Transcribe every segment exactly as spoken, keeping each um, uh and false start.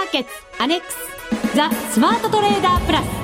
ーケッツアネックスザ・スマートトレーダープラス。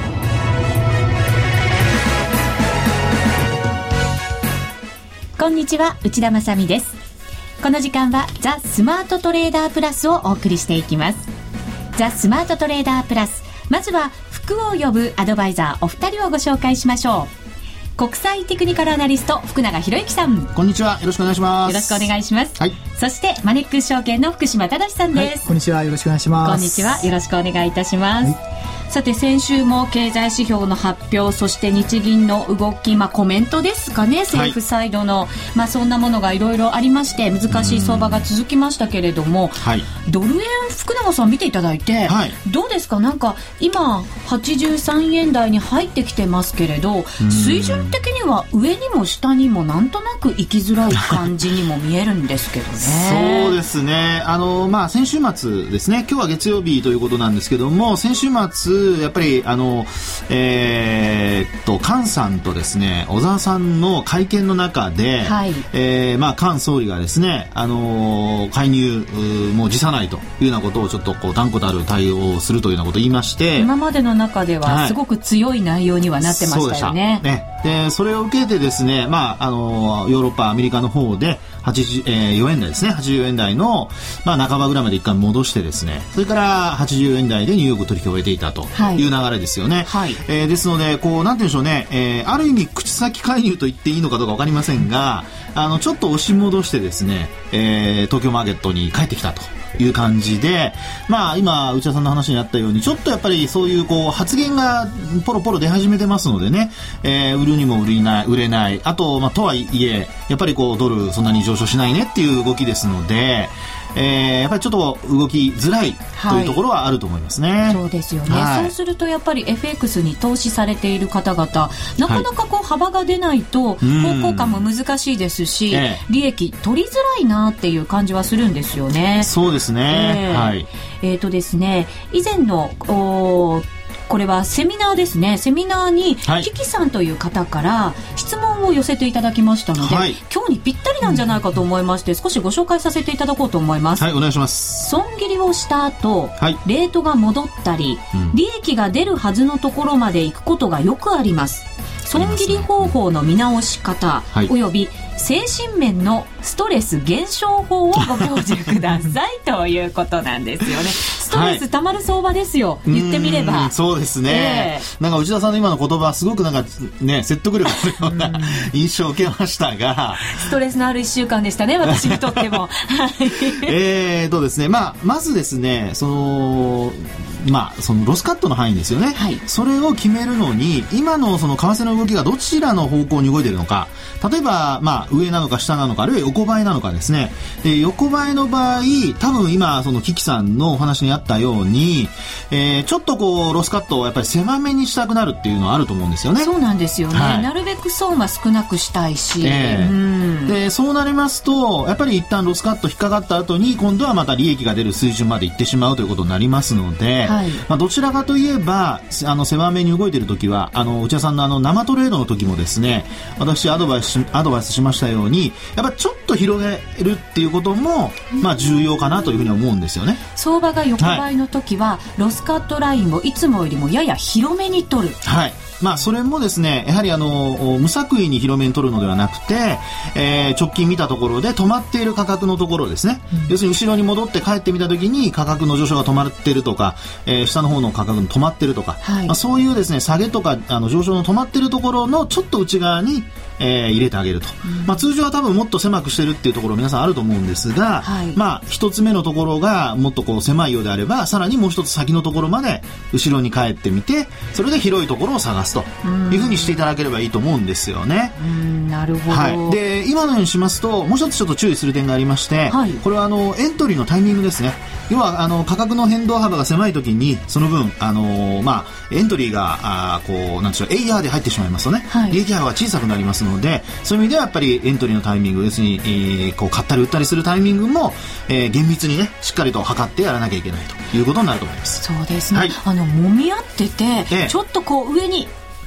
こんにちは、内田まさみです。この時間はザ・スマートトレーダープラスをお送りしていきます。ザ・スマートトレーダープラス、まずは福を呼ぶアドバイザーお二人をご紹介しましょう。国際テクニカルアナリスト福永博之さん、 こんにちは、よろしくお願いします。 よろしくお願いします、 はい、 そしてマネックス証券の福島忠さんです、 はい、こんにちは、よろしくお願いします。 こんにちは、よろしくお願いいたします、はい。さて先週も経済指標の発表、そして日銀の動き、まあ、コメントですかね、政府サイドの、はい、まあ、そんなものがいろいろありまして難しい相場が続きましたけれども、はい、ドル円福永さん見ていただいて、はい、どうですか。なんか今はちじゅうさんえん台に入ってきてますけれど、水準的には上にも下にもなんとなく行きづらい感じにも見えるんですけどねそうですね、あの、まあ、先週末ですね、今日は月曜日ということなんですけども、先週末やっぱりあの、えー、っと菅さんとですね小沢さんの会見の中で、はい、えーまあ、菅総理がですね、あの介入も辞さないというようなことをちょっとこう断固たる対応をするというようなことを言いまして、 今までの中ではすごく強い内容にはなってましたよね。 はい、そうでしたね。でそれを受けてですね、まあ、あのヨーロッパアメリカの方ではちじゅうよえん台ですね、はちじゅうよえん台の、まあ、半ばぐらいまで一回戻してですね、それからはちじゅうえん台でニューヨーク取引を終えていたという流れですよね。はい、えー、ですのでこうなんていうんでしょうね、えー、ある意味口先介入と言っていいのかどうか分かりませんが、あのちょっと押し戻してですね、えー、東京マーケットに帰ってきたという感じで、まあ、今内田さんの話にあったようにちょっとやっぱりそういうこう発言がポロポロ出始めてますのでね、えー、売るにも売れない、売れない、あと、まあ、とはいえやっぱりこうドルそんなに上昇しないねっていう動きですので、えー、やっぱりちょっと動きづらいというところはあると思いますね。はい、 そうですよね。はい、そうするとやっぱり エフエックス に投資されている方々、なかなかこう幅が出ないと方向感も難しいですし、えー、利益取りづらいなっていう感じはするんですよね。 そうですね。 えー、はい。えーとですね、以前のおこれはセミナーですね。セミナーにキキさんという方から質問を寄せていただきましたので、はい、今日にぴったりなんじゃないかと思いまして、少しご紹介させていただこうと思います。 はい、お願いします。 損切りをした後、はい、レートが戻ったり、うん、利益が出るはずのところまで行くことがよくあります。損切り方法の見直し方、はい、および精神面のストレス減少法をご教授くださいということなんですよね。ストレスたまる相場ですよ、はい、言ってみれば。 そうですね、えー、なんか内田さんの今の言葉すごくなんか、ね、説得力あるような印象を受けましたが、 ストレスのあるいっしゅうかんでしたね、私にとっても。 えーとですね、まあ、まずですね、そのまあ、そのロスカットの範囲ですよね、はい、それを決めるのに今のその為替の動きがどちらの方向に動いているのか、例えば、まあ、上なのか下なのか、あるいは横ばいなのかですね。で横ばいの場合、多分今そのキキさんのお話にあったように、えー、ちょっとこうロスカットをやっぱり狭めにしたくなるっていうのはあると思うんですよね。 そうなんですよね、はい、なるべく損は少なくしたいし、 えー、うんでそうなりますとやっぱり一旦ロスカット引っかかった後に今度はまた利益が出る水準までいってしまうということになりますので、はい、まあ、どちらかといえばあの狭めに動いているときは、あの内田さんのあの生トレードの時もですね、私アドバイスし、アドバイスしましたように、やっぱちょっと広げるっていうことも、まあ、重要かなというふうに思うんですよね。 相場が横ばいの時は、はい、ロスカットラインをいつもよりもやや広めに取る。 はい、まあ、それもですね、やはりあの無作為に広めに取るのではなくて、えー、直近見たところで止まっている価格のところですね、うん、要するに後ろに戻って帰ってみたときに価格の上昇が止まっているとか、えー、下の方の価格が止まっているとか、はい、まあ、そういうですね下げとかあの上昇の止まっているところのちょっと内側に、えー、入れてあげると、うん、まあ、通常は多分もっと狭くしてるっていうところ皆さんあると思うんですが、はい、まあ、一つ目のところがもっとこう狭いようであればさらにもう一つ先のところまで後ろに帰ってみて、それで広いところを探すというふうにしていただければいいと思うんですよね。 うん、なるほど、 はい、で今のようにしますともう一つちょっと注意する点がありまして、はい、これはあのエントリーのタイミングですね。要はあの価格の変動幅が狭い時にその分あの、まあ、エントリーがあこうなんでしょうエイヤーで入ってしまいますとね、はい、利益幅が小さくなりますので、そういう意味ではやっぱりエントリーのタイミング、要するに、えー、こう買ったり売ったりするタイミングも、えー、厳密にねしっかりと測ってやらなきゃいけないということになると思います。 そうですね、はい、あの揉み合ってて、ええ、ちょっとこう上に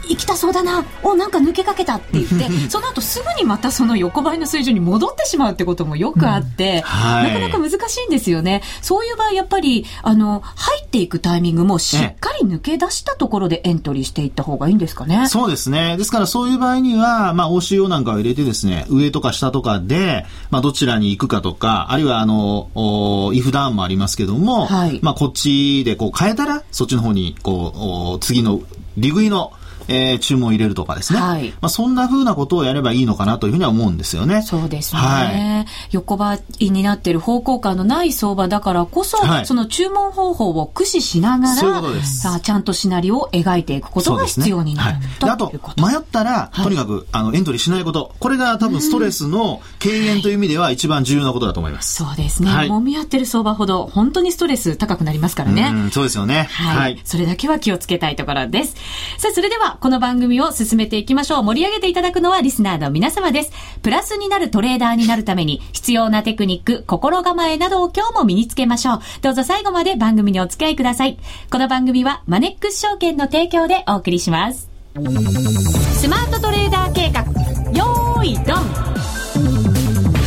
行きたそうだな、おなんか抜けかけたって言ってその後すぐにまたその横ばいの水準に戻ってしまうってこともよくあって、うんはい、なかなか難しいんですよね。そういう場合やっぱりあの入っていくタイミングもしっかり抜け出したところでエントリーしていった方がいいんですかね。 そうですね。ですからそういう場合には、まあ、オーシーオー なんかを入れてですね、上とか下とかで、まあ、どちらに行くかとか、あるいはあのイフダウンもありますけども、はい、まあ、こっちでこう変えたらそっちの方にこう次の利食いのえー、注文を入れるとかですね、はいまあ、そんな風なことをやればいいのかなというふうには思うんですよね。 そうですね、はい、横ばいになっている方向感のない相場だからこそ、はい、その注文方法を駆使しながらそういうことです。 あちゃんとシナリオを描いていくことが必要になる、ねはい、 あと迷ったら、はい、とにかくあのエントリーしないこと、これが多分ストレスの軽減という意味では一番重要なことだと思います。 そうですね、はい、揉み合ってる相場ほど本当にストレス高くなりますからね。 うんそうですよね、 はいはい、それだけは気をつけたいところです。さあそれではこの番組を進めていきましょう。盛り上げていただくのはリスナーの皆様です。プラスになるトレーダーになるために必要なテクニック、心構えなどを今日も身につけましょう。どうぞ最後まで番組にお付き合いください。この番組はマネックス証券の提供でお送りします。スマートトレーダー計画、よーいドン。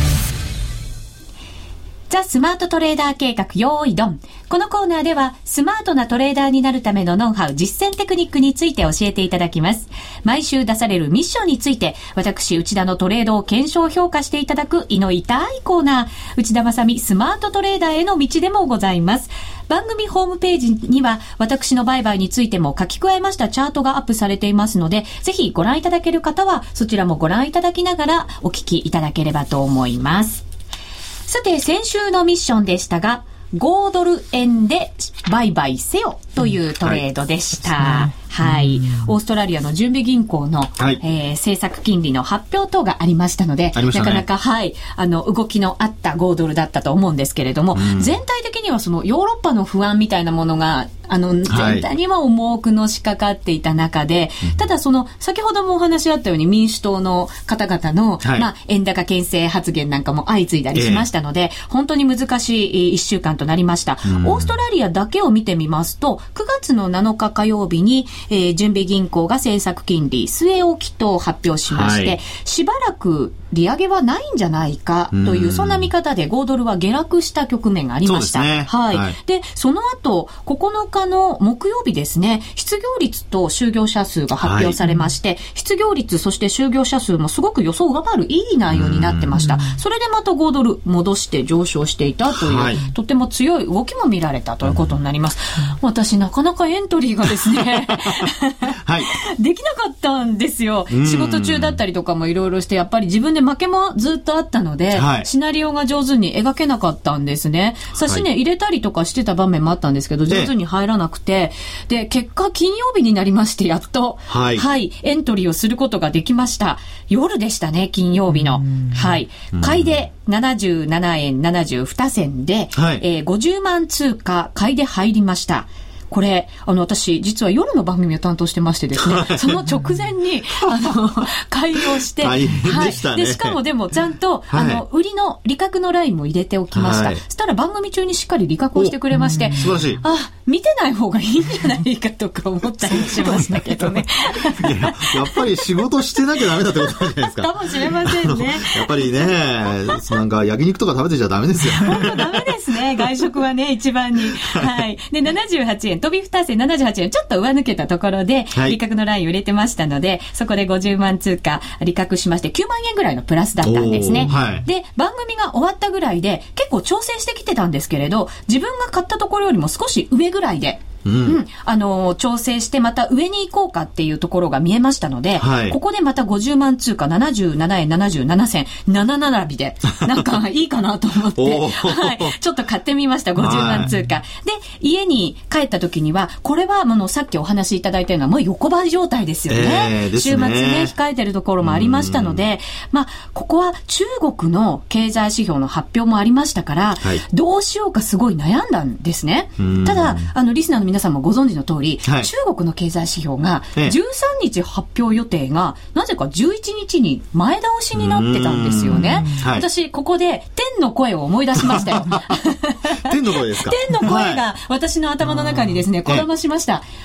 ザ・スマートトレーダー計画用意ドン。このコーナーではスマートなトレーダーになるためのノウハウ、実践テクニックについて教えていただきます。毎週出されるミッションについて私内田のトレードを検証評価していただく胃の痛いコーナー、内田まさみスマートトレーダーへの道でもございます。番組ホームページには私の売買についても書き加えましたチャートがアップされていますので、ぜひご覧いただける方はそちらもご覧いただきながらお聞きいただければと思います。さて先週のミッションでしたが、ごドル円で売買せよというトレードでした。はいはい、オーストラリアの準備銀行の、はいえー、政策金利の発表等がありましたので、ね、なかなか、はい、あの動きのあったごドルだったと思うんですけれども、うん、全体的にはそのヨーロッパの不安みたいなものがあの全体には重くのしかかっていた中で、はい、ただその先ほどもお話あったように民主党の方々の、はいまあ、円高牽制発言なんかも相次いだりしましたので、えー、本当に難しいいっしゅうかんとなりました。うん、オーストラリアだけを見てみますと、くがつのなのか火曜日にえー、準備銀行が政策金利据え置きと発表しまして、はい、しばらく利上げはないんじゃないかという、そんな見方でごドルは下落した局面がありました。そうですね。はい。はい、で、その後、ここのかの木曜日ですね、失業率と就業者数が発表されまして、はい、失業率、そして就業者数もすごく予想を上回るいい内容になってました。それでまたごドル戻して上昇していたという、はい、とても強い動きも見られたということになります。私、なかなかエントリーがですね、はい、できなかったんですよ。仕事中だったりとかもいろいろして、やっぱり自分で負けもずっとあったので、はい、シナリオが上手に描けなかったんですね。差し値入れたりとかしてた場面もあったんですけど、上手に入らなくて、で結果金曜日になりまして、やっと、はいはい、エントリーをすることができました。夜でしたね、金曜日の。はい、買いでななじゅうななえんななじゅうに銭で、はいえー、ごじゅうまん通貨買いで入りました。これ、あの、私、実は夜の番組を担当してましてですね、その直前に、あの、開業して、 大変でしたね。 はい。で、しかもでも、ちゃんと、はい、あの、売りの利確のラインも入れておきました。はい、そしたら番組中にしっかり利確をしてくれまして、 素晴らしい。 あ、見てない方がいいんじゃないかとか思ったりしましたけどね。 いや、やっぱり仕事してなきゃダメだってことじゃないですか。 かもしれませんね。 やっぱりね、なんか焼肉とか食べてちゃダメですよ。 本当ダメですね。外食はね、一番に。はい。で、ななじゅうはちえん、飛びに銭ななじゅうはちえん、ちょっと上抜けたところで、はい、利確のラインを入れてましたので、そこでごじゅうまん通貨利確しまして、きゅうまんえんぐらいのプラスだったんですね。はい、で、番組が終わったぐらいで、結構調整してきてたんですけれど、自分が買ったところよりも少し上ぐらいで、うんうん、あの調整してまた上に行こうかっていうところが見えましたので、はい、ここでまたごじゅうまん通貨ななじゅうななえんななじゅうなな銭なな並びでなんかいいかなと思って、はい、ちょっと買ってみました。ごじゅうまん通貨、はい、で家に帰った時にはこれはあのさっきお話しいただいたようなもう横ばい状態ですよね、えー、ですね。週末ね控えてるところもありましたので、まあここは中国の経済指標の発表もありましたから、はい、どうしようかすごい悩んだんですね。ただあのリスナーの皆さんもご存知の通り、はい、中国の経済指標がじゅうさんにち発表予定がなぜかじゅういちにちに前倒しになってたんですよね、はい、私ここで天の声を思い出しましたよ天の声ですか。 天の声が私の頭の中にですねこだましました。ええ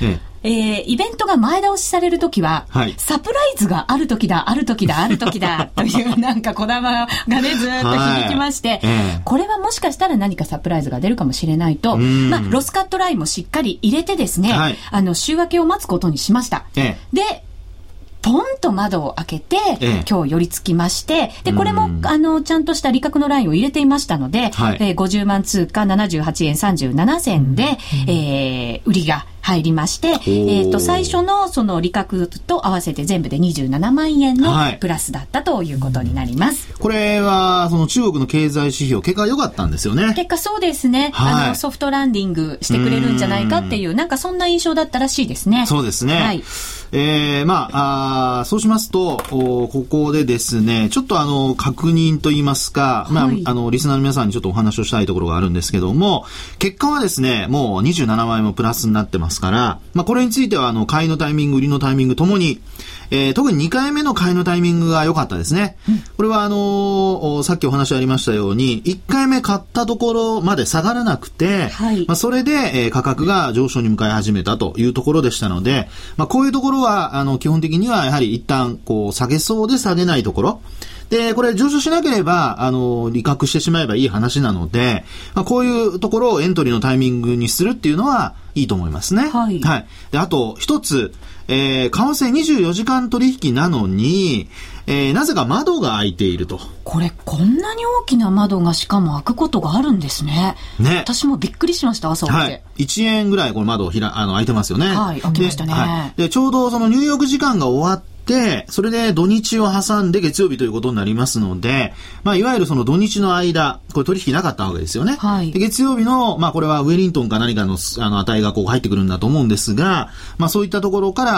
えー、イベントが前倒しされるときは、はい、サプライズがあるときだ、あるときだ、あるときだ、というなんかこだまがね、ずっと響きまして、はいえー、これはもしかしたら何かサプライズが出るかもしれないと、まあ、ロスカットラインもしっかり入れてですね、はい、あの、週明けを待つことにしました。えー、で、ポンと窓を開けて、ええ、今日寄り付きまして、で、これも、あの、ちゃんとした利確のラインを入れていましたので、はい、えー、ごじゅうまん通貨ななじゅうはちえんさんじゅうななせんで、うん、えー、売りが入りまして、えっと、最初のその利確と合わせて全部でにじゅうななまんえんのプラスだったということになります。 はい、これは、その中国の経済指標、結果良かったんですよね。 結果そうですね。はい、あの、ソフトランディングしてくれるんじゃないかっていう、なんかそんな印象だったらしいですね。 そうですね。はい。えー、まあ、あそうしますと、ここでですね、ちょっとあの、確認といいますか、まあ、はい、あの、リスナーの皆さんにちょっとお話をしたいところがあるんですけども、結果はですね、もうにじゅうななまんえんもプラスになってますから、まあ、これについては、あの、買いのタイミング、売りのタイミングともに、えー、特ににかいめの買いのタイミングが良かったですね。うん、これはあのー、さっきお話ありましたように、いっかいめ買ったところまで下がらなくて、はい、まあ、それで、えー、価格が上昇に向かい始めたというところでしたので、まあ、こういうところは、あの、基本的にはやはり一旦、こう、下げそうで下げないところ、で、これ上昇しなければ、あの、利確してしまえばいい話なので、まあ、こういうところをエントリーのタイミングにするっていうのはいいと思いますね。はい。はい。で、あと、一つ、えー、為替にじゅうよじかん取引なのに、えー、なぜか窓が開いていると。 これ、こんなに大きな窓がしかも開くことがあるんですね。ね。私もびっくりしました、朝起きて。はい。 いちえんぐらいこの窓をひら、あの、開いてますよね。 はい、開きましたね。 で、はい、でちょうどその入浴時間が終わって、で、それで土日を挟んで月曜日ということになりますので、まあ、いわゆるその土日の間、これ取引なかったわけですよね。はい。で、月曜日の、まあ、これはウェリントンか何かの、あの、値がこう入ってくるんだと思うんですが、まあ、そういったところから、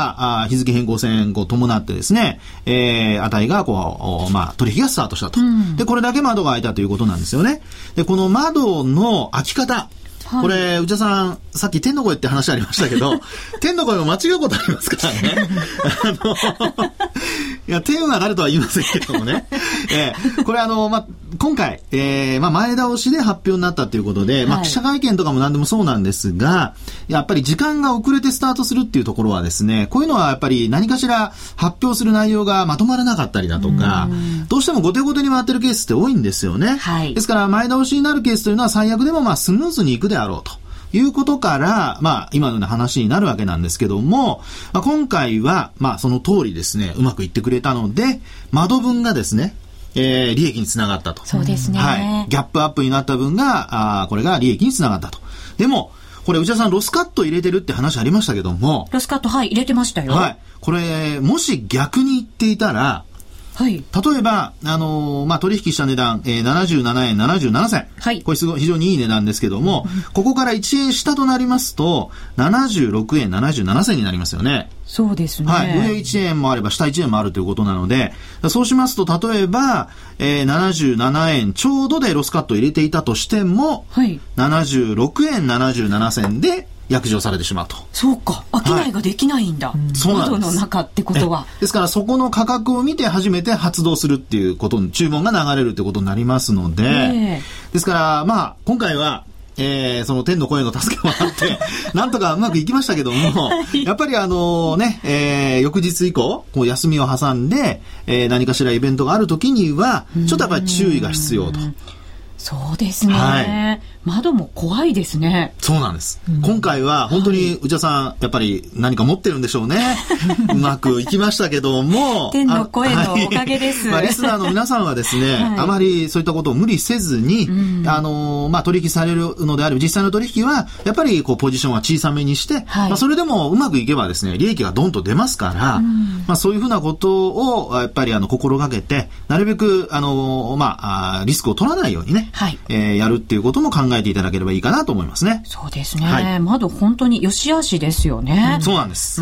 あ日付変更線を伴ってですね、えー、値がこう、まあ、取引がスタートしたと。うん、で、これだけ窓が開いたということなんですよね。で、この窓の開き方、はい、これ、内田さん、さっき天の声って話ありましたけど、天の声も間違うことありますからね。あの、いや、天が上がるとは言いませんけどもね。えー、これあの、ま、今回、えー、ま、前倒しで発表になったということで、はい、ま、記者会見とかも何でもそうなんですが、やっぱり時間が遅れてスタートするっていうところはですね、こういうのはやっぱり何かしら発表する内容がまとまらなかったりだとか、うどうしても後手後手に回ってるケースって多いんですよね。はい。ですから前倒しになるケースというのは最悪でもまあスムーズにいくであろうと。いうことから、まあ、今のような話になるわけなんですけども、まあ、今回は、まあ、その通りですね、うまくいってくれたので、窓分がですね、えー、利益につながったと。 そうですね。 はい。ギャップアップになった分が、あこれが利益につながったと。でも、これ、内田さん、ロスカット入れてるって話ありましたけども。 ロスカット、はい、入れてましたよ。 はい。これ、もし逆に言っていたら、はい、例えば、あのー、まあ、取引した値段、えー、ななじゅうななえんななじゅうななせん。はい。これすごい、非常にいい値段ですけども、うん、ここからいちえん下となりますと、ななじゅうろくえんななじゅうななせんになりますよね。 そうですね。 はい。上いちえんもあれば下いちえんもあるということなので、そうしますと、例えば、えー、ななじゅうななえんちょうどでロスカットを入れていたとしても、はい。ななじゅうろくえんななじゅうななせんで、約定されてしまうと。 そうか。商いができないんだ。はい、そうなんです。窓の中ってことは。 ですからそこの価格を見て初めて発動するっていうことに、注文が流れるってことになりますので、えー、ですから、まあ、今回は、えー、その天の声の助けもあって、なんとかうまくいきましたけども、はい、やっぱりあのね、えー、翌日以降、こう休みを挟んで、えー、何かしらイベントがあるときには、ちょっとやっぱり注意が必要と。 そうですね、はい、窓も怖いですね。 そうなんです、うん、今回は本当に内田さん、はい、やっぱり何か持ってるんでしょうね。うまくいきましたけども天の声のおかげです、 はい、まあ、リスナーの皆さんはですね、はい、あまりそういったことを無理せずに、うん、あのまあ、取引されるのである実際の取引はやっぱりこうポジションは小さめにして、はい、まあ、それでもうまくいけばですね利益がドンと出ますから、うん、まあ、そういうふうなことをやっぱりあの心がけてなるべくあの、まあ、リスクを取らないようにね、はい、えー、やるっていうことも考えていただければいいかなと思いますね。 そうですね、はい、窓本当に良し悪しですよね、 うん、そうなんです、うん、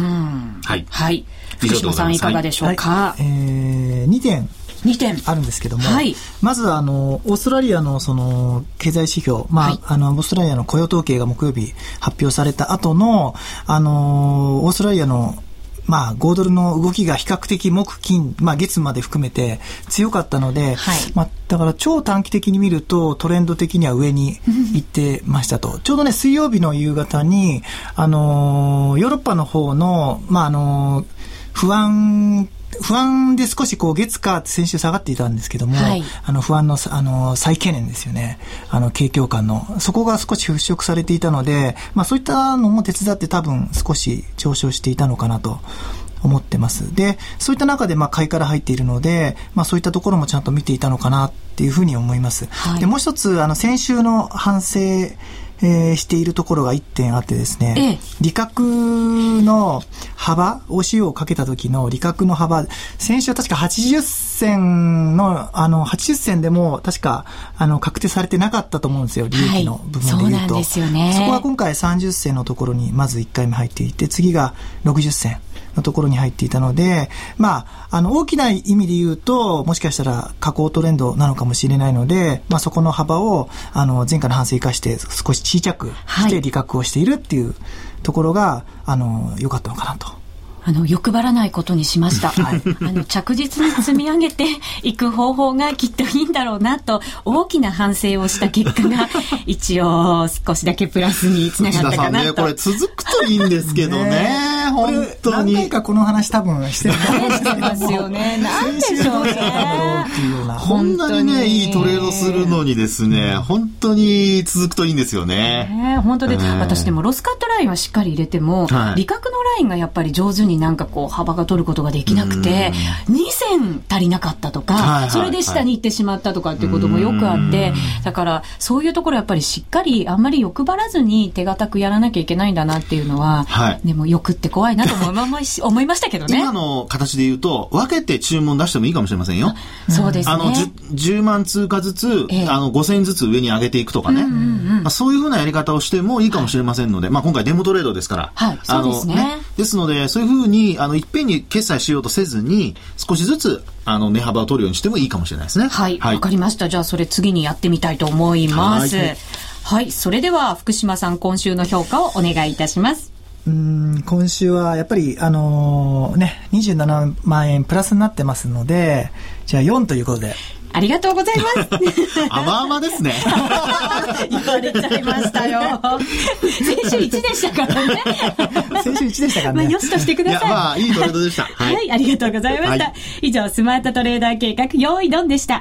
はい、はい、 福島さんいかがでしょうか。はい、 えー、にてんにてんあるんですけども、はい、まずあのオーストラリアのその経済指標、まあ、はい、あのオーストラリアの雇用統計が木曜日発表された後のあのオーストラリアのまあ、ごドルの動きが比較的木金、まあ、月まで含めて強かったので、はい、まあ、だから超短期的に見るとトレンド的には上に行ってましたと。ちょうどね、水曜日の夕方に、あのー、ヨーロッパの方の、まあ、あのー、不安、不安で少しこう月火先週下がっていたんですけども、はい、あの不安の、あの再懸念ですよね。あの景況感のそこが少し払拭されていたので、まあそういったのも手伝って多分少し上昇していたのかなと思ってます。で、そういった中でまあ買いから入っているので、まあそういったところもちゃんと見ていたのかなっていうふうに思います。はい、で、もう一つあの先週の反省えー、しているところがいってんあってですね、ええ、利確の幅、オーシーオー をかけた時の利確の幅、先週は確かはちじゅっせんの、あの、はちじゅっせんでも確か、あの、確定されてなかったと思うんですよ、利益の部分で言うと。はい、そうなんですよね。そこは今回さんじゅっせんのところにまずいっかいめ入っていて、次がろくじゅっせんのところに入っていたので、まあ、あの、大きな意味で言うと、もしかしたら下降トレンドなのかもしれないので、まあ、そこの幅を、あの、前回の反省生かして少し小さくして利確をしているっていうところが、はい、あの、良かったのかなと。 あの欲張らないことにしました、はい、あの着実に積み上げていく方法がきっといいんだろうなと大きな反省をした結果が一応少しだけプラスにつながったかなと。 ね、これ続くといいんですけどねね本当に何回かこの話多分してるしてますよね。なんでしょうね本当にねいいトレードするのにですね、うん、本当に続くといいんですよね。 ね本当で、えー、私でもロスカットラインはしっかり入れても、はい、利確のラインがやっぱり上手になんかこう幅が取ることができなくてに銭足りなかったとか、はいはいはい、それで下に行ってしまったとかっていうこともよくあって、だからそういうところやっぱりしっかりあんまり欲張らずに手堅くやらなきゃいけないんだなっていうのは、はい、でも欲って怖いなと思いましたけどね。 今の形で言うと分けて注文出してもいいかもしれませんよ。 そうですね。 あの 10, じゅうまん通貨ずつ、ええ、あのごせんずつ上に上げていくとかね、うんうんうんまあ、そういうふうなやり方をしてもいいかもしれませんので、はいまあ、今回デモトレードですから、 はい、そうですね。 あのねですのでそういうふうにあのいっぺんに決済しようとせずに少しずつあの値幅を取るようにしてもいいかもしれないですね。 はい、わ、はい、かりました。じゃあそれ次にやってみたいと思います。はい、はい、それでは福島さん今週の評価をお願いいたします。 うーん今週はやっぱりあのー、ねにじゅうななまんえんプラスになってますので、じゃあよんということで。 ありがとうございます。 甘々ですね。 言われちゃいましたよ。先週いちでしたからね。 先週いちでしたからね。 まあ、よしとしてください。いや、 まあ、いいトレードでした。 はい、はい、ありがとうございました。はい、以上、スマートトレーダー計画、用意ドンでした。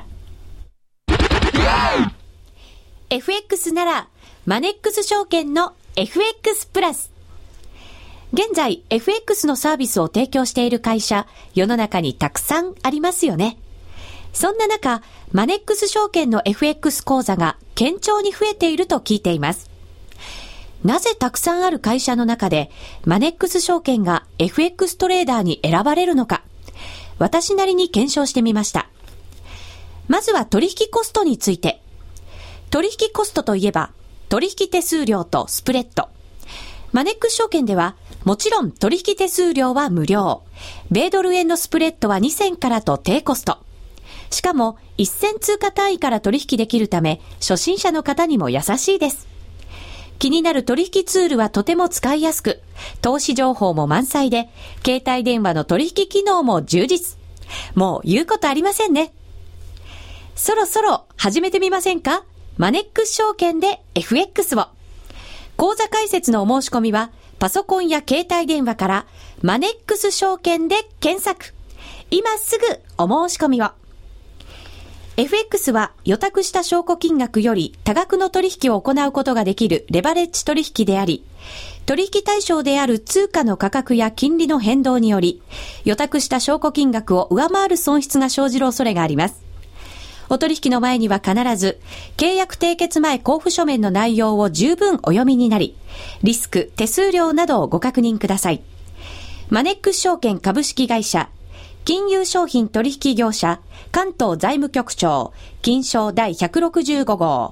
エフエックス なら、マネックス証券の エフエックス プラス。現在、エフエックス のサービスを提供している会社、世の中にたくさんありますよね。そんな中、マネックス証券の エフエックス 口座が堅調に増えていると聞いています。なぜたくさんある会社の中で、マネックス証券が エフエックス トレーダーに選ばれるのか、私なりに検証してみました。まずは取引コストについて。取引コストといえば、取引手数料とスプレッド。マネックス証券では、もちろん取引手数料は無料。米ドル円のスプレッドはに銭からと低コスト。しかもいっ銭通貨単位から取引できるため、初心者の方にも優しいです。気になる取引ツールはとても使いやすく、投資情報も満載で、携帯電話の取引機能も充実。もう言うことありませんね。そろそろ始めてみませんか？マネックス証券で エフエックス を。口座開設のお申し込みは、パソコンや携帯電話からマネックス証券で検索。今すぐお申し込みを。エフエックス は予託した証拠金額より多額の取引を行うことができるレバレッジ取引であり、取引対象である通貨の価格や金利の変動により、予託した証拠金額を上回る損失が生じる恐れがあります。お取引の前には必ず、契約締結前交付書面の内容を十分お読みになり、リスク、手数料などをご確認ください。マネックス証券株式会社、金融商品取引業者、関東財務局長、金商第ひゃくろくじゅうご号。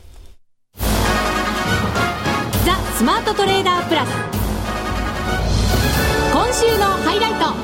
ザ・スマートトレーダープラス。今週のハイライト。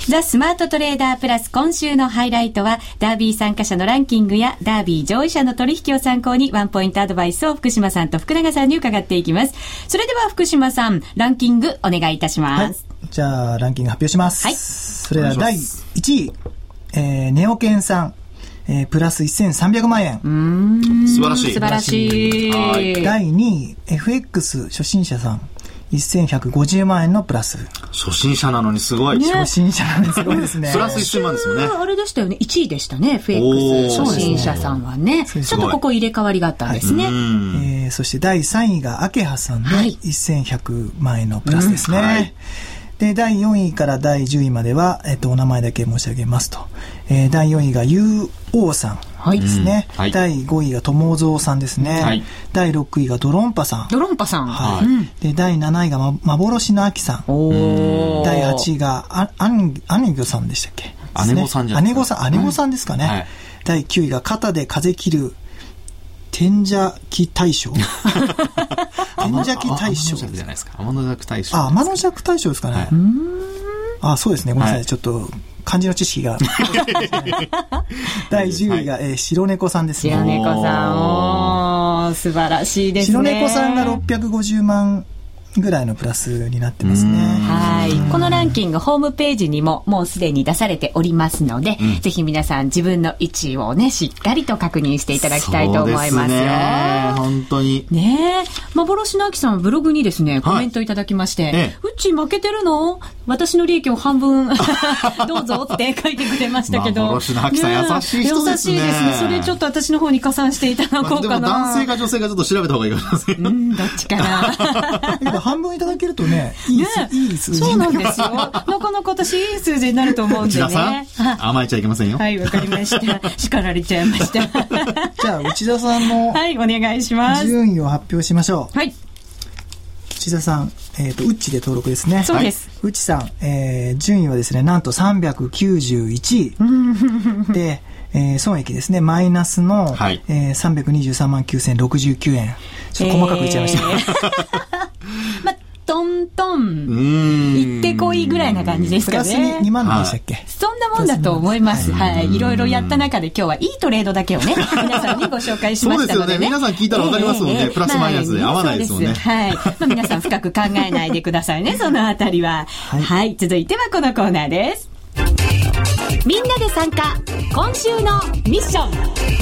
ザ・スマートトレーダープラス今週のハイライトはダービー参加者のランキングやダービー上位者の取引を参考にワンポイントアドバイスを福島さんと福永さんに伺っていきます。それでは福島さん、ランキングお願いいたします。 はい、じゃあランキング発表します。 はい、 それではだいいちい、えー、ネオケンさん、えー、プラスせんさんびゃくまんえん。 うーん、 素晴らしい。 素晴らしい。はい、 だいにい エフエックス 初心者さん、せんひゃくごじゅうまんえんのプラス。 初心者なのにすごい、 ね、初心者なのにすごいですね。 プラスせんまんですもんね。 あれでしたよね、いちいでしたね、 エフエックス 初心者さんはね。ちょっとここ入れ替わりがあったんですね。はい、 えー、そしてだいさんいがアケハさんでせんひゃくまんえんのプラスですね。はい、はい、でだいよんいからだいじゅういまでは、えっと、お名前だけ申し上げますと、えー、だいよんいが ユーオー さんですね。はい、だいごいが友蔵さんですね。はい、だいろくいがドロンパさん。 ドロンパさん。 はい。うん、でだいなないが、ま、幻の秋さん。おだいはちいがあアンアネゴさんでしたっけ？ 姉御さんじゃないですか。 姉御さん、姉御さんですかね。はい、だいきゅういが肩で風切る天邪気大将。天邪気大将じゃないですか。天の弱大将。 あ、天の弱大将ですかね。はい、あ、そうですね。ごめんなさい。はい、ちょっと漢字の知識が。だいじゅういが、えー、白猫さんですね。 白猫さん、おー、素晴らしいですね。 白猫さんがろっぴゃくごじゅうまんぐらいのプラスになってますね。 はい。このランキングホームページにももうすでに出されておりますので、うん、ぜひ皆さん自分の位置をねしっかりと確認していただきたいと思いますよ。そうですね。 本当に。 ねえ。幻の秋さんはブログにですねコメントいただきまして、はい、ええ、うち負けてるの？私の利益を半分どうぞって書いてくれましたけど。 幻の秋さん、ね、優しい人ですね。 優しいですね。それちょっと私の方に加算していただこうかな。でも男性か女性かちょっと調べた方がいいかもしれません。 うん、どっちかな。 半分いただけるとね、いい、ね、いい数字。 そうなんですよ。なかなか私いい数字になると思うんでね。 内田さん、甘えちゃいけませんよ。 はい、わかりました。叱られちゃいました。 じゃあ内田さんのはい、お願いします。 順位を発表しましょう。 はい。 内田さん、えっ、ー、と、ウッチで登録ですね。 そうです。 ウッチさん、えー、順位はですね、なんとさんびゃくきゅうじゅういちい。で、えー、損益ですね、マイナスの、はい、えー、さんびゃくにじゅうさんまんきゅうせんろくじゅうきゅうえん。ちょっと細かく言っちゃいました。えーまトントン行ってこいぐらいな感じですかね。 プラスににまんでしたっけ、はい、 そんなもんだと思います。はい、はい、いろいろやった中で今日はいいトレードだけをね皆さんにご紹介しましたのでね。そうですよね。 皆さん聞いたら分かりますもんね。えーえー、プラスマイナスで合わないですもんね。 はい。まあ、皆さん深く考えないでくださいね。そのあたりは、はい。はい。続いてはこのコーナーです。 みんなで参加。今週のミッション。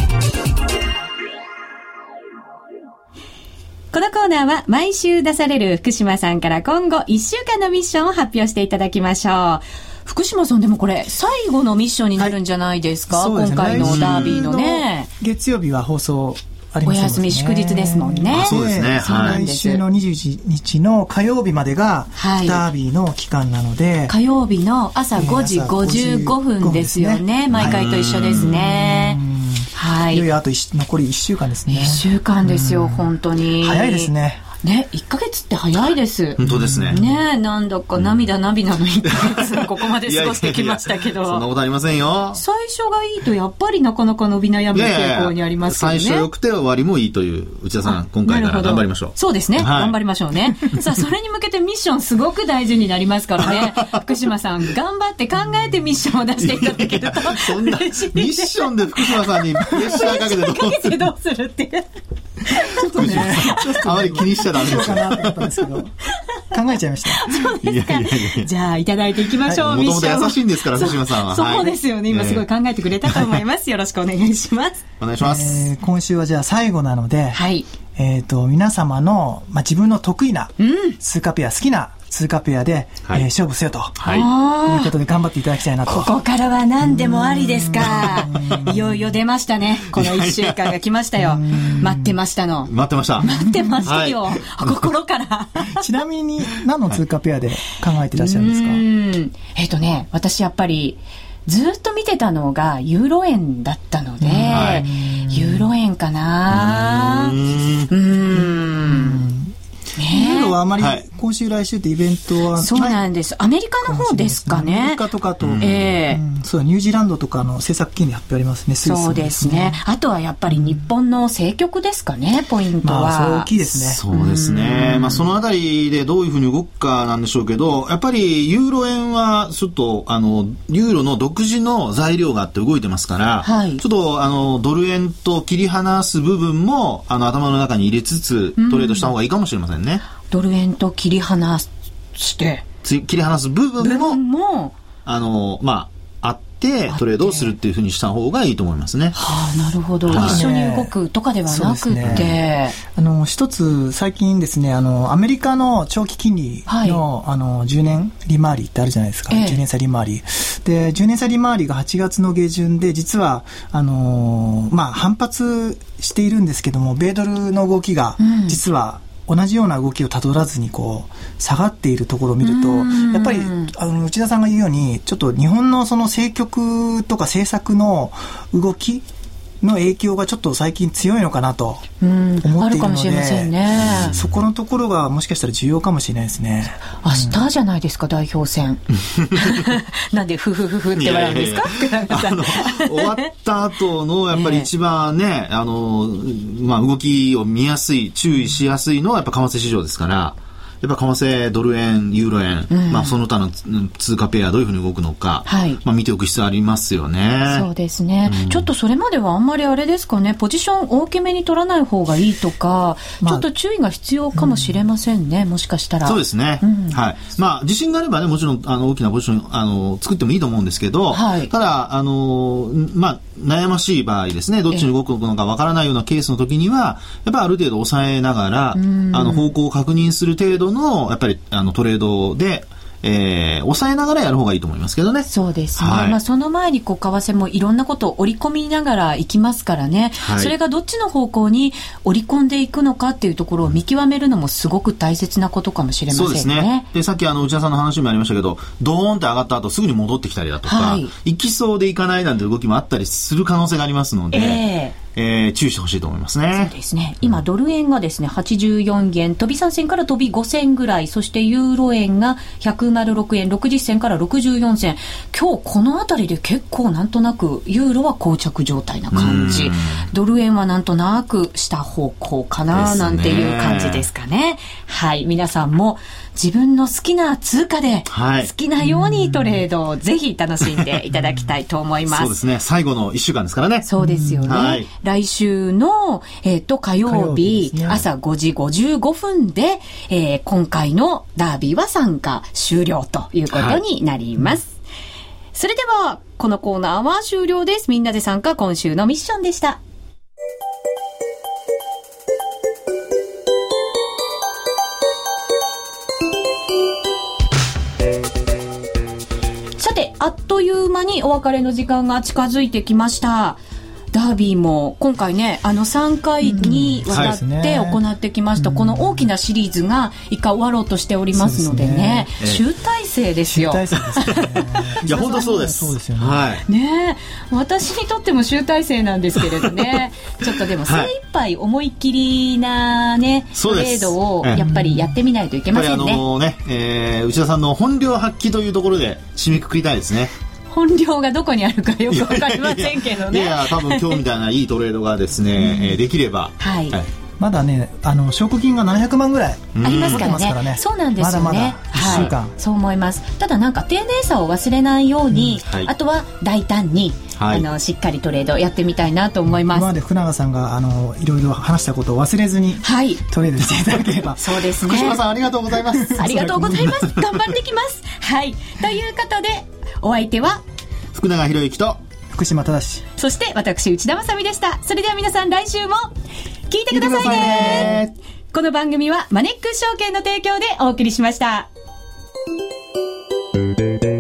このコーナーは毎週出される福島さんから今後いっしゅうかんのミッションを発表していただきましょう。福島さん、でもこれ最後のミッションになるんじゃないですか、はい、今回のダービーのね。 月曜日は放送ありますね。 お休み祝日ですもんね。 そうですね。 はい、来週のにじゅういちにちの火曜日までがダービーの期間なので、 はい、火曜日の朝ごじごじゅうごふんですよね。ね、毎回と一緒ですね。はい。 いよいよあと残りいっしゅうかんですね。 いっしゅうかんですよ、本当に。 早いですね。 ね、いっかげつって早いです。 本当ですね。 ね、なんだか涙涙のいっかげつここまで過ごしてきましたけど。いやいやいや、 そんなことありませんよ。 最初がいいとやっぱりなかなか伸び悩む傾向にありますよね。いやいやいや、 最初良くて終わりもいいという内田さん、今回から頑張りましょう。 そうですね、はい、頑張りましょうね。さあ、それに向けてミッションすごく大事になりますからね。福島さん、頑張って考えてミッションを出していただけるとそんなミッションで福島さんにプレッシャーかけてどうするかけてどうするってちょっとね、 あまり気にしちゃダメですよ。 考えちゃいました。 そうですか。いやいやいや、じゃあいただいていきましょう。はい、 もともと優しいんですから福島さんは。 そう、そうですよね。今すごい考えてくれたと思います。よろしくお願いします。 お願いします。 えー、今週はじゃあ最後なので、 はい。 えっ、ー、と皆様の、まあ、自分の得意な通貨ペア、好きな通貨ペアで、はい、えー、勝負せよと、はい、いうことで頑張っていただきたいなと。 ここからは何でもありですか。いよいよ出ましたね。このいっしゅうかんが来ましたよ。待ってましたの。 待ってました。 待ってましたよ。はい、心から。 ちなみに何の通貨ペアで考えていらっしゃるんですか？うーん、 えっとね、私やっぱりずっと見てたのがユーロ円だったので、はい、ユーロ円かな。うーん。うーんユーロはあまり今週来週ってイベントはそうなんです。アメリカの方ですかね。 アメリカとかと、 えーうん、そうニュージーランドとかの政策金利発表ありますね。スイスもそうですね。あとはやっぱり日本の政局ですかね、ポイントは。 まあ、それ大きいですね。 そうですね。まあ、そのあたりでどういうふうに動くかなんでしょうけど、やっぱりユーロ円はちょっとあのユーロの独自の材料があって動いてますから、はい、ちょっとあのドル円と切り離す部分もあの頭の中に入れつつトレードした方がいいかもしれませんね。 ドル円と切り離して切り離す部分も、 部分もあのまああってトレードをするっていうふうにした方がいいと思いますね。 はあ、なるほど、はい、一緒に動くとかではなくて、ね、 あの一つ最近ですね、あのアメリカの長期金利の、はい、あのじゅうねん利回りってあるじゃないですか、ええ、じゅうねん債利回りで、じゅうねん債利回りがはちがつの下旬で実はあの、まあ、反発しているんですけども、米ドルの動きが実は、うん同じような動きをたどらずにこう下がっているところを見ると、やっぱりあの内田さんが言うようにちょっと日本のその政局とか政策の動きの影響がちょっと最近強いのかなと思っているので、あるかもしれませんね。そこのところがもしかしたら重要かもしれないですね。 明日じゃないですか、代表選なんでフフフフって笑うんですか。 いやいやいやあの終わった後のやっぱり一番ね、あの、まあ、動きを見やすい注意しやすいのはやっぱ為替市場ですから、やっぱ為替ドル円ユーロ円、うん、まあ、その他の通貨ペアどういうふうに動くのか、はい、まあ、見ておく必要ありますよね。 そうですね、うん、ちょっとそれまではあんまりあれですかね、ポジション大きめに取らない方がいいとか、まあ、ちょっと注意が必要かもしれませんね、うん、もしかしたら。 そうですね、うん、はい、まあ、自信があればね、もちろんあの大きなポジションあの作ってもいいと思うんですけど、はい、ただあの、まあ、悩ましい場合ですね、どっちに動くのかわからないようなケースの時にはやっぱりある程度抑えながら、うん、あの方向を確認する程度のやっぱりあのトレードで、えー、抑えながらやる方がいいと思いますけどね。 そうですね、はい、まあ、その前にこう為替もいろんなことを織り込みながらいきますからね、はい、それがどっちの方向に織り込んでいくのかっていうところを見極めるのもすごく大切なことかもしれませんね。 そうですね。でさっきあの内田さんの話にもありましたけど、ドーンって上がった後すぐに戻ってきたりだとか、はい、行きそうで行かないなんて動きもあったりする可能性がありますので、えーえー、注意してほしいと思いますね。 そうですね。今ドル円がですねはちじゅうよんえん飛びさん銭から飛びご銭ぐらい、そしてユーロ円がひゃくろくえんろくじゅっ銭からろくじゅうよん銭。今日このあたりで結構なんとなくユーロは膠着状態な感じ、ドル円はなんとなく下方向かななんていう感じですかね。はい、皆さんも自分の好きな通貨で好きなようにトレードをぜひ楽しんでいただきたいと思います。 そうですね、最後のいっしゅうかんですからね。 そうですよね、はい、来週の、えー、と火曜日、火曜日、ね、朝ごじごじゅうごふんで、えー、今回のダービーは参加終了ということになります、はい、それではこのコーナーは終了です。みんなで参加、今週のミッションでした。さて、あっという間にお別れの時間が近づいてきました。ダービーも今回ね、あのさんかいにわたって行ってきました、うん、この大きなシリーズが一回終わろうとしておりますのでね、でね、集大成ですよ。集大成ですねいや本当そうです。 そうですよね、 はい、 ね、私にとっても集大成なんですけれどねちょっとでも精一杯思いっきりなね、トレードをやっぱりやってみないといけませんね。 あのね、えー、内田さんの本領発揮というところで締めくくりたいですね。 本領がどこにあるかよくわかりませんけどね。 いやいや、多分今日みたいないいトレードがですね、うん、えー、できれば、 はいはい、 まだね、あの証拠金がななひゃくまんぐらいありますからね、からね、そうなんですよね、 まだまだいっしゅうかん、はい、 そう思います。ただなんか丁寧さを忘れないように、うん、はい、あとは大胆に、はい、あのしっかりトレードやってみたいなと思います。 今まで福永さんがあのいろいろ話したことを忘れずに、はい、トレードしていただければそうですね。 福島さんありがとうございますありがとうございます頑張ってきますはい、ということでお相手は福永博之と福島正、 そして私内田まさみでした。それでは皆さん来週も聞いてくださいね。この番組はマネックス証券の提供でお送りしました。